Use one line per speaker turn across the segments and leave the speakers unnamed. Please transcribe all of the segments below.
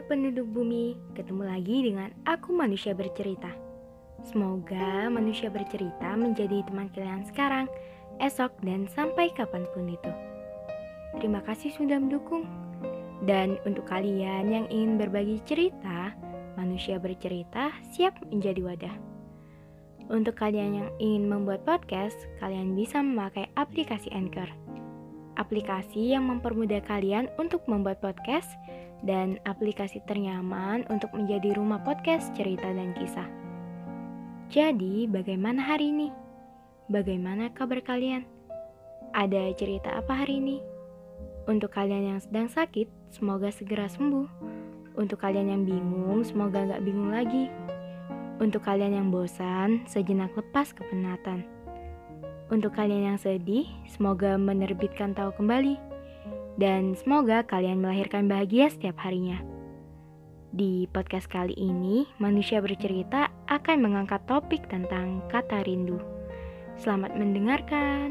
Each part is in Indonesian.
penduduk bumi, ketemu lagi dengan aku manusia bercerita. Semoga manusia bercerita menjadi teman kalian sekarang, esok, dan sampai kapanpun itu. Terima kasih sudah mendukung. Dan untuk kalian yang ingin berbagi cerita, manusia bercerita siap menjadi wadah. Untuk kalian yang ingin membuat podcast, kalian bisa memakai aplikasi Anchor. Aplikasi yang mempermudah kalian untuk membuat podcast dan aplikasi ternyaman untuk menjadi rumah podcast cerita dan kisah. Jadi, bagaimana hari ini? Bagaimana kabar kalian? Ada cerita apa hari ini? Untuk kalian yang sedang sakit, semoga segera sembuh. Untuk kalian yang bingung, semoga gak bingung lagi. Untuk kalian yang bosan, sejenak lepas kepenatan. Untuk kalian yang sedih, semoga menerbitkan tahu kembali. Dan semoga kalian melahirkan bahagia setiap harinya. Di podcast kali ini, manusia bercerita akan mengangkat topik tentang kata rindu. Selamat mendengarkan.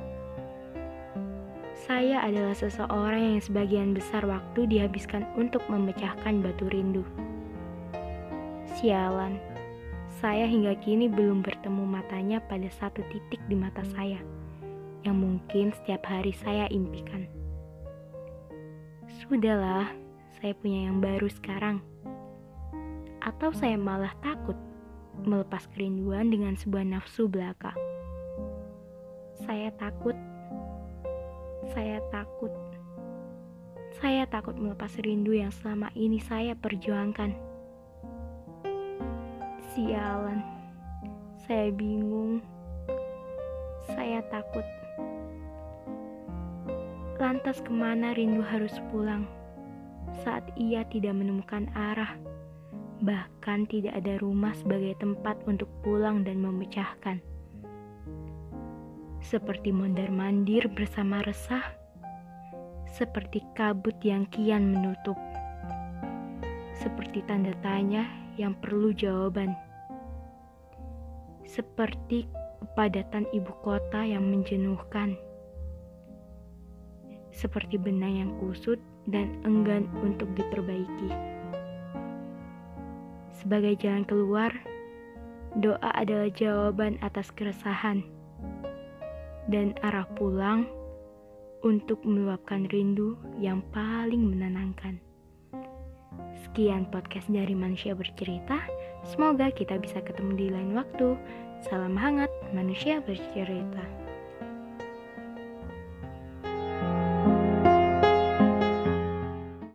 Saya adalah seseorang yang sebagian besar waktu dihabiskan untuk memecahkan batu rindu. Sialan. Saya hingga kini belum bertemu matanya pada satu titik di mata saya, yang mungkin setiap hari saya impikan. Sudahlah, saya punya yang baru sekarang. Atau saya malah takut melepas kerinduan dengan sebuah nafsu belaka. Saya takut melepas rindu yang selama ini saya perjuangkan. Sialan, saya bingung, saya takut. Lantas kemana rindu harus pulang saat ia tidak menemukan arah, bahkan tidak ada rumah sebagai tempat untuk pulang dan memecahkan. Seperti mondar-mandir bersama resah, seperti kabut yang kian menutup, seperti tanda tanya yang perlu jawaban, seperti kepadatan ibu kota yang menjenuhkan, seperti benang yang kusut dan enggan untuk diperbaiki. Sebagai jalan keluar, doa adalah jawaban atas keresahan, dan arah pulang untuk meluapkan rindu yang paling menenangkan. Sekian podcast dari Manusia Bercerita. Semoga kita bisa ketemu di lain waktu. Salam hangat, Manusia Bercerita.